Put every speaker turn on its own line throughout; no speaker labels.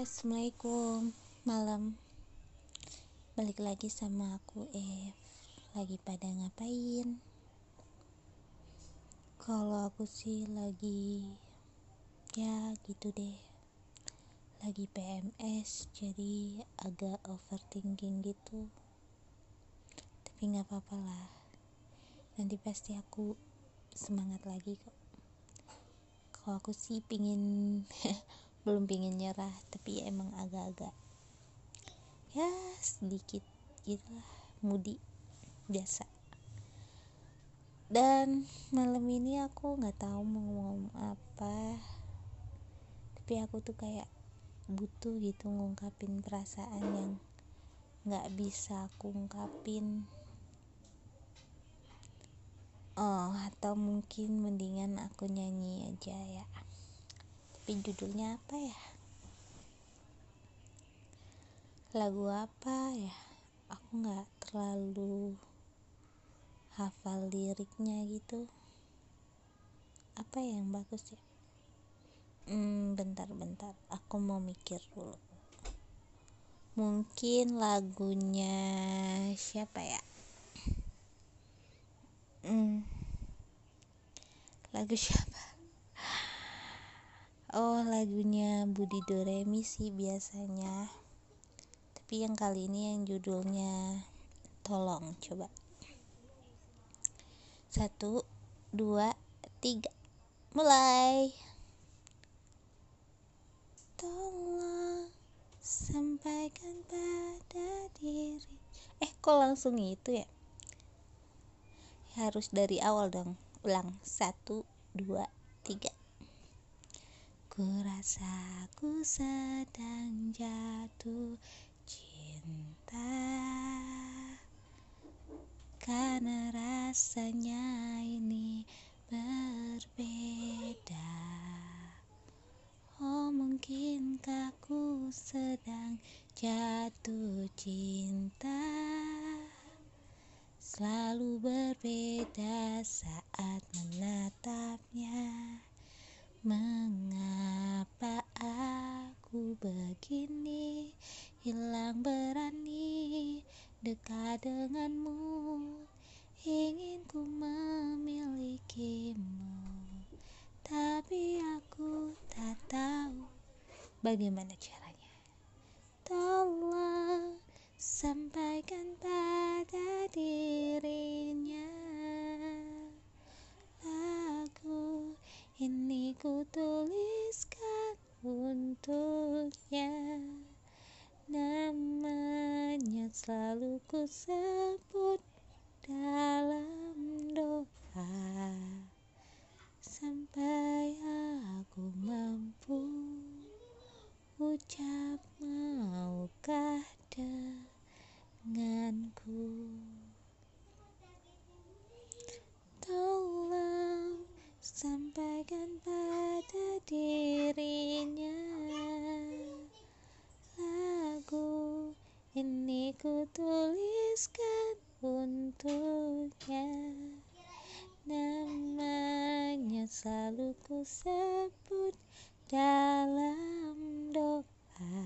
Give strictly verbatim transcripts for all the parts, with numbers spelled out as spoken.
Assalamualaikum, malam. Balik lagi sama aku Eve. Lagi pada ngapain? Kalau aku sih lagi ya gitu deh. Lagi P M S, jadi agak overthinking gitu. Tapi gak apa-apa lah. Nanti pasti aku semangat lagi kok. Kalau aku sih pingin belum pingin nyerah, tapi emang agak-agak ya sedikit gitulah, moody biasa. Dan malam ini aku nggak tahu mau ngomong apa, tapi aku tuh kayak butuh gitu ngungkapin perasaan yang nggak bisa aku ungkapin. Oh, atau mungkin mendingan aku nyanyi aja ya. Tapi judulnya apa ya? Lagu apa ya? Aku nggak terlalu hafal liriknya gitu. Apa yang bagus ya? Hmm, bentar-bentar. Aku mau mikir dulu. Mungkin lagunya siapa ya? Hmm, lagu siapa? Oh, lagunya Budi Doremi sih biasanya. Tapi yang kali ini yang judulnya Tolong, coba. Satu, dua, tiga, mulai. Tolong sampaikan pada diri. Eh, kok langsung itu ya? Harus dari awal dong. Ulang. Satu, dua, tiga. Ku rasa ku sedang jatuh cinta, karena rasanya ini berbeda. Oh, mungkinkah ku sedang jatuh cinta, selalu berbeda saat menatapnya. Mengapa aku begini, hilang berani dekat denganmu, ingin ku memilikimu, tapi aku tak tahu bagaimana caranya. Tolong sampaikan pada dirinya, lagu ini ku tuliskan untuknya, namanya selalu ku sebut dalam doa, sampai aku mampu ucap maukah denganku. Tolong sampaikan pada dirinya, lagu ini ku tuliskan untuknya, namanya selalu ku sebut dalam doa,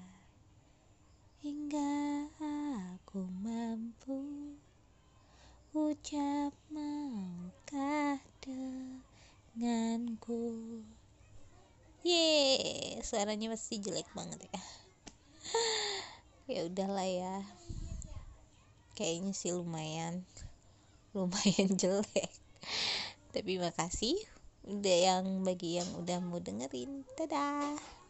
hingga aku mampu ucap maukah denganku. Yeay, suaranya pasti jelek banget ya. Ya udahlah ya. Kayaknya sih lumayan lumayan jelek. Tapi makasih udah yang bagi yang udah mau dengerin. Dadah.